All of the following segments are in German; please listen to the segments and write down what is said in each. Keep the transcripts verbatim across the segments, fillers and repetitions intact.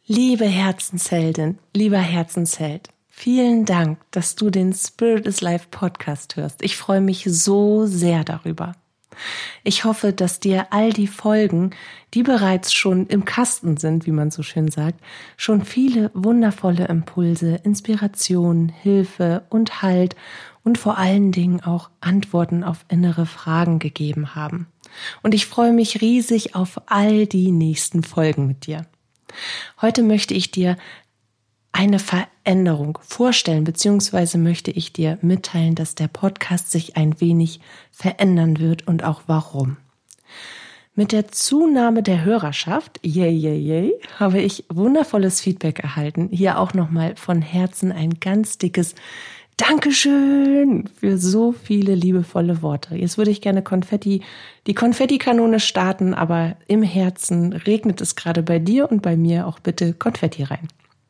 Liebe Herzensheldin, lieber Herzensheld, vielen Dank, dass du den Spirit is Life Podcast hörst. Ich freue mich so sehr darüber. Ich hoffe, dass dir all die Folgen, die bereits schon im Kasten sind, wie man so schön sagt, schon viele wundervolle Impulse, Inspiration, Hilfe und Halt und vor allen Dingen auch Antworten auf innere Fragen gegeben haben. Und ich freue mich riesig auf all die nächsten Folgen mit dir. Heute möchte ich dir eine Veränderung vorstellen, beziehungsweise möchte ich dir mitteilen, dass der Podcast sich ein wenig verändern wird und auch warum. Mit der Zunahme der Hörerschaft, yay, yay, yay, habe ich wundervolles Feedback erhalten. Hier auch nochmal von Herzen ein ganz dickes Dankeschön für so viele liebevolle Worte. Jetzt würde ich gerne Konfetti, die Konfettikanone starten, aber im Herzen regnet es gerade bei dir und bei mir auch bitte Konfetti rein.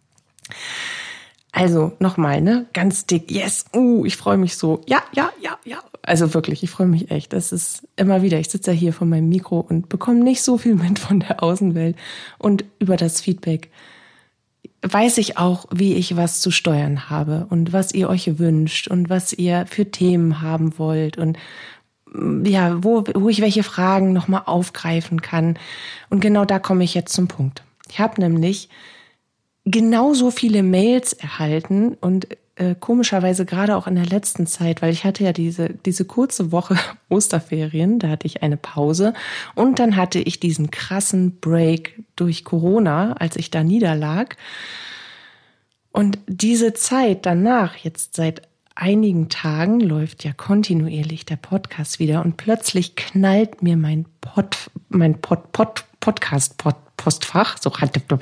Also nochmal, ne, ganz dick, yes, uh, ich freue mich so, ja, ja, ja, ja. Also wirklich, ich freue mich echt. Das ist immer wieder, ich sitze ja hier vor meinem Mikro und bekomme nicht so viel mit von der Außenwelt und über das Feedback weiß ich auch, wie ich was zu steuern habe und was ihr euch wünscht und was ihr für Themen haben wollt und ja, wo, wo ich welche Fragen nochmal aufgreifen kann. Und genau da komme ich jetzt zum Punkt. Ich habe nämlich genauso viele Mails erhalten und äh, komischerweise gerade auch in der letzten Zeit, weil ich hatte ja diese diese kurze Woche Osterferien, da hatte ich eine Pause und dann hatte ich diesen krassen Break durch Corona, als ich da niederlag. Und diese Zeit danach, jetzt seit einigen Tagen, läuft ja kontinuierlich der Podcast wieder und plötzlich knallt mir mein Pod, mein Pod, Pod, Podcast Pod, Postfach, so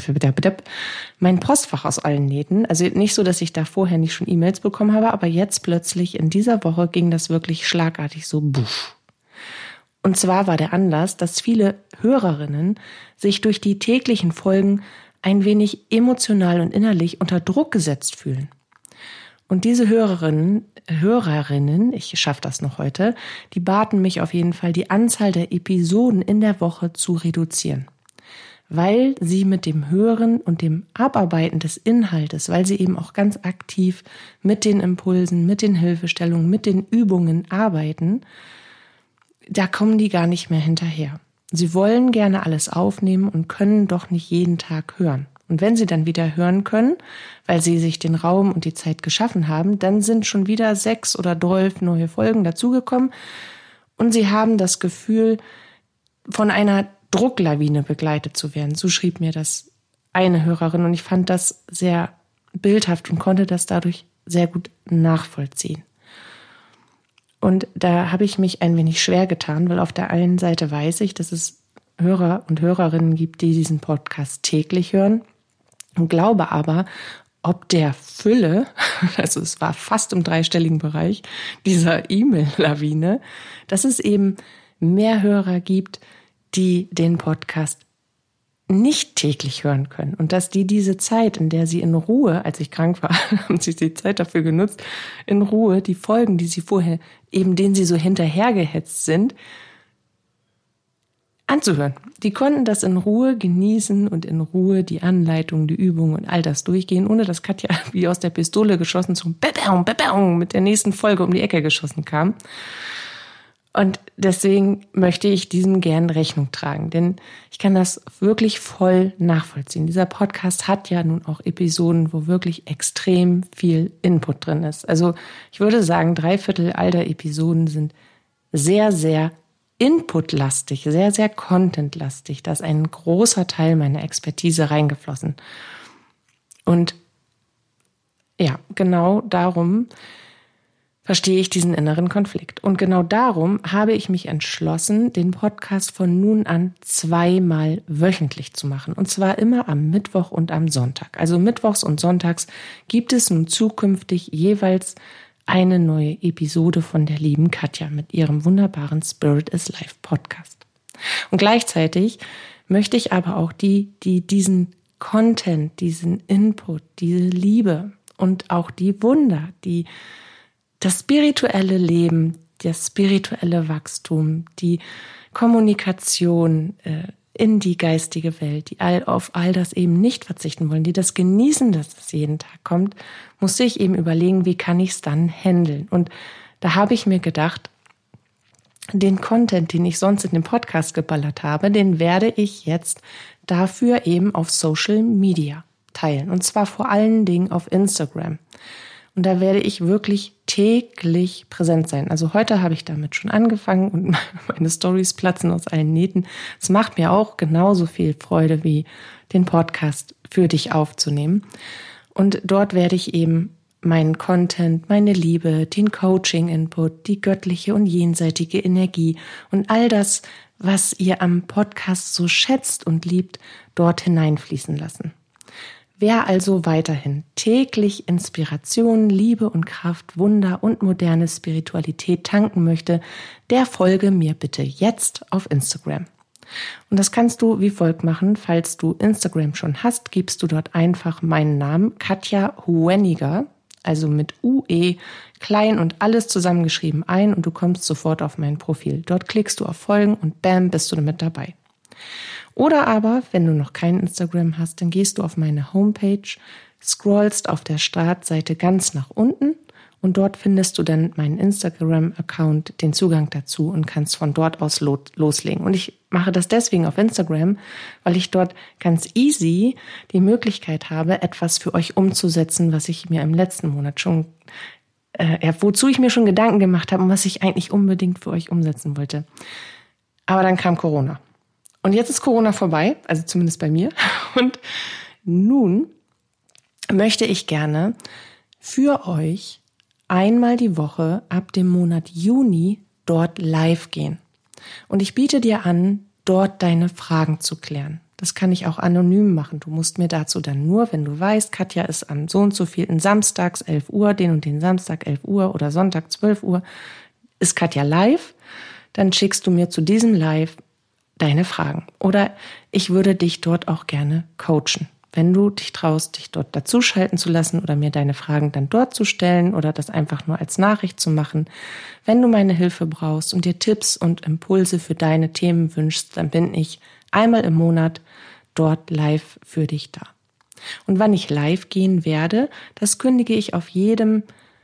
mein Postfach aus allen Nähten. Also nicht so, dass ich da vorher nicht schon E-Mails bekommen habe, aber jetzt plötzlich in dieser Woche ging das wirklich schlagartig so buff. Und zwar war der Anlass, dass viele Hörerinnen sich durch die täglichen Folgen ein wenig emotional und innerlich unter Druck gesetzt fühlen. Und diese Hörerinnen, Hörerinnen, ich schaffe das noch heute, die baten mich auf jeden Fall, die Anzahl der Episoden in der Woche zu reduzieren. Weil sie mit dem Hören und dem Abarbeiten des Inhaltes, weil sie eben auch ganz aktiv mit den Impulsen, mit den Hilfestellungen, mit den Übungen arbeiten, da kommen die gar nicht mehr hinterher. Sie wollen gerne alles aufnehmen und können doch nicht jeden Tag hören. Und wenn sie dann wieder hören können, weil sie sich den Raum und die Zeit geschaffen haben, dann sind schon wieder sechs oder zwölf neue Folgen dazugekommen und sie haben das Gefühl, von einer Drucklawine begleitet zu werden. So schrieb mir das eine Hörerin und ich fand das sehr bildhaft und konnte das dadurch sehr gut nachvollziehen. Und da habe ich mich ein wenig schwer getan, weil auf der einen Seite weiß ich, dass es Hörer und Hörerinnen gibt, die diesen Podcast täglich hören und glaube aber, ob der Fülle, also es war fast im dreistelligen Bereich, dieser E-Mail-Lawine, dass es eben mehr Hörer gibt, die den Podcast nicht täglich hören können und dass die diese Zeit, in der sie in Ruhe, als ich krank war, haben sie die Zeit dafür genutzt, in Ruhe die Folgen, die sie vorher, eben denen sie so hinterhergehetzt sind, anzuhören. Die konnten das in Ruhe genießen und in Ruhe die Anleitung, die Übung und all das durchgehen, ohne dass Katja wie aus der Pistole geschossen zum Bebang, Bebang mit der nächsten Folge um die Ecke geschossen kam. Und deswegen möchte ich diesem gern Rechnung tragen, denn ich kann das wirklich voll nachvollziehen. Dieser Podcast hat ja nun auch Episoden, wo wirklich extrem viel Input drin ist. Also ich würde sagen, drei Viertel all der Episoden sind sehr, sehr inputlastig, sehr, sehr contentlastig. Da ist ein großer Teil meiner Expertise reingeflossen. Und ja, genau darum verstehe ich diesen inneren Konflikt. Und genau darum habe ich mich entschlossen, den Podcast von nun an zweimal wöchentlich zu machen. Und zwar immer am Mittwoch und am Sonntag. Also mittwochs und sonntags gibt es nun zukünftig jeweils eine neue Episode von der lieben Katja mit ihrem wunderbaren Spirit is Life Podcast. Und gleichzeitig möchte ich aber auch die, die diesen Content, diesen Input, diese Liebe und auch die Wunder, die das spirituelle Leben, das spirituelle Wachstum, die Kommunikation äh, in die geistige Welt, die all, auf all das eben nicht verzichten wollen, die das genießen, dass es jeden Tag kommt, muss ich eben überlegen, wie kann ich es dann handeln. Und da habe ich mir gedacht, den Content, den ich sonst in dem Podcast geballert habe, den werde ich jetzt dafür eben auf Social Media teilen. Und zwar vor allen Dingen auf Instagram. Und da werde ich wirklich täglich präsent sein. Also heute habe ich damit schon angefangen und meine Stories platzen aus allen Nähten. Es macht mir auch genauso viel Freude, wie den Podcast für dich aufzunehmen. Und dort werde ich eben meinen Content, meine Liebe, den Coaching-Input, die göttliche und jenseitige Energie und all das, was ihr am Podcast so schätzt und liebt, dort hineinfließen lassen. Wer also weiterhin täglich Inspiration, Liebe und Kraft, Wunder und moderne Spiritualität tanken möchte, der folge mir bitte jetzt auf Instagram. Und das kannst du wie folgt machen. Falls du Instagram schon hast, gibst du dort einfach meinen Namen, Katja Hueniger, also mit U E, klein und alles zusammengeschrieben ein und du kommst sofort auf mein Profil. Dort klickst du auf Folgen und bam, bist du damit dabei. Oder aber, wenn du noch kein Instagram hast, dann gehst du auf meine Homepage, scrollst auf der Startseite ganz nach unten und dort findest du dann meinen Instagram-Account, den Zugang dazu und kannst von dort aus lo- loslegen. Und ich mache das deswegen auf Instagram, weil ich dort ganz easy die Möglichkeit habe, etwas für euch umzusetzen, was ich mir im letzten Monat schon, äh, wozu ich mir schon Gedanken gemacht habe und was ich eigentlich unbedingt für euch umsetzen wollte. Aber dann kam Corona. Und jetzt ist Corona vorbei, also zumindest bei mir. Und nun möchte ich gerne für euch einmal die Woche ab dem Monat Juni dort live gehen. Und ich biete dir an, dort deine Fragen zu klären. Das kann ich auch anonym machen. Du musst mir dazu dann nur, wenn du weißt, Katja ist an so und so vielen samstags elf Uhr, den und den Samstag elf Uhr oder Sonntag zwölf Uhr, ist Katja live, dann schickst du mir zu diesem Live deine Fragen. Oder ich würde dich dort auch gerne coachen. Wenn du dich traust, dich dort dazuschalten zu lassen oder mir deine Fragen dann dort zu stellen oder das einfach nur als Nachricht zu machen. Wenn du meine Hilfe brauchst und dir Tipps und Impulse für deine Themen wünschst, dann bin ich einmal im Monat dort live für dich da. Und wann ich live gehen werde, das kündige ich auf jedem,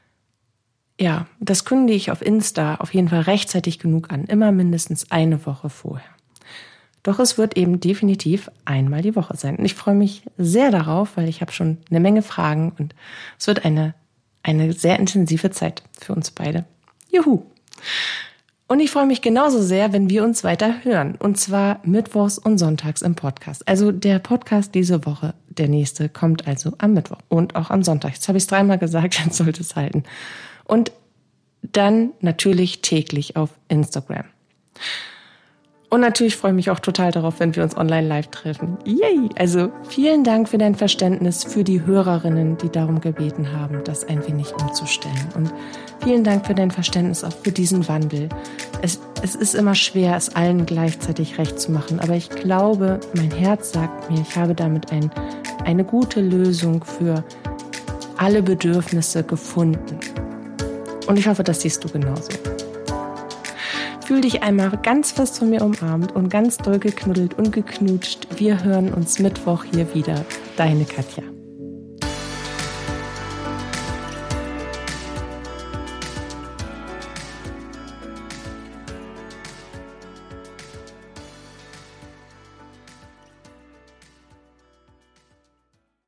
ja, das kündige ich auf Insta auf jeden Fall rechtzeitig genug an, immer mindestens eine Woche vorher. Doch es wird eben definitiv einmal die Woche sein. Und ich freue mich sehr darauf, weil ich habe schon eine Menge Fragen und es wird eine, eine sehr intensive Zeit für uns beide. Juhu! Und ich freue mich genauso sehr, wenn wir uns weiter hören. Und zwar mittwochs und sonntags im Podcast. Also der Podcast diese Woche, der nächste, kommt also am Mittwoch und auch am Sonntag. Jetzt habe ich es dreimal gesagt, jetzt sollte es halten. Und dann natürlich täglich auf Instagram. Und natürlich freue ich mich auch total darauf, wenn wir uns online live treffen. Yay! Also vielen Dank für dein Verständnis, für die Hörerinnen, die darum gebeten haben, das ein wenig umzustellen. Und vielen Dank für dein Verständnis auch für diesen Wandel. Es, es ist immer schwer, es allen gleichzeitig recht zu machen. Aber ich glaube, mein Herz sagt mir, ich habe damit ein, eine gute Lösung für alle Bedürfnisse gefunden. Und ich hoffe, das siehst du genauso. Fühl dich einmal ganz fest von mir umarmt und ganz doll geknuddelt und geknutscht. Wir hören uns Mittwoch hier wieder. Deine Katja.